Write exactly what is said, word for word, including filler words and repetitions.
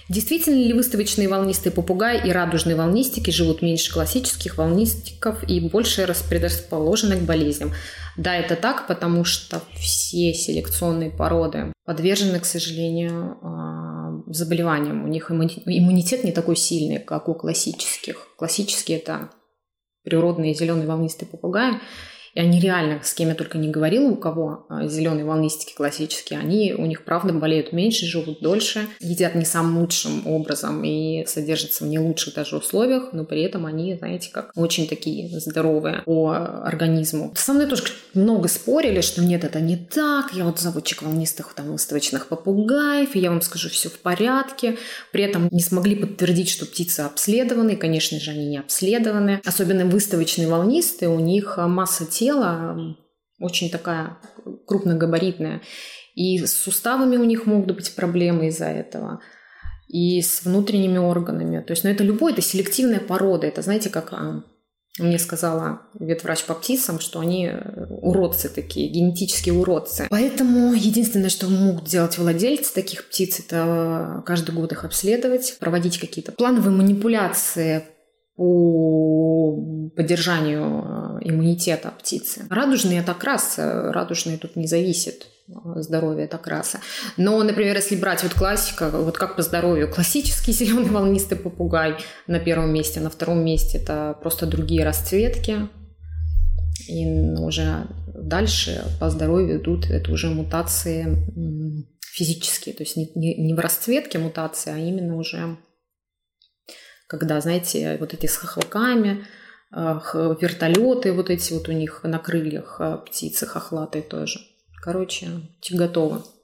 Действительно ли выставочные волнистые попугаи и радужные волнистики живут меньше классических волнистиков и больше предрасположены к болезням? Да, это так, потому что все селекционные породы подвержены, к сожалению, заболеваниям. У них иммунитет не такой сильный, как у классических. Классические – это природные зеленые волнистые попугаи. И они реально, с кем я только не говорила, у кого зеленые волнистики классические, они, у них, правда, болеют меньше, живут дольше, едят не самым лучшим образом и содержатся в не лучших даже условиях, но при этом они, знаете, как очень такие здоровые по организму. Со мной тоже много спорили, что нет, это не так, я вот заводчик волнистых там выставочных попугаев, и я вам скажу, все в порядке. При этом не смогли подтвердить, что птицы обследованы, и, конечно же, они не обследованы. Особенно выставочные волнистые, у них масса тела очень такая крупногабаритная. И с суставами у них могут быть проблемы из-за этого. И с внутренними органами. То есть, ну, это любой, это селективная порода. Это, знаете, как мне сказала ветврач по птицам, что они уродцы такие, генетические уродцы. Поэтому единственное, что могут делать владельцы таких птиц, это каждый год их обследовать, проводить какие-то плановые манипуляции по поддержанию иммунитета птицы. Радужный – это окрас, радужный тут не зависит здоровье от окраса. Но, например, если брать вот классика, вот как по здоровью, классический зеленый волнистый попугай на первом месте, на втором месте это просто другие расцветки. И уже дальше по здоровью идут это уже мутации физические, то есть не, не, не в расцветке мутации, а именно уже когда, знаете, вот эти с хохлаками, вертолеты вот эти вот у них на крыльях, птицы хохлатые тоже. Короче, готово.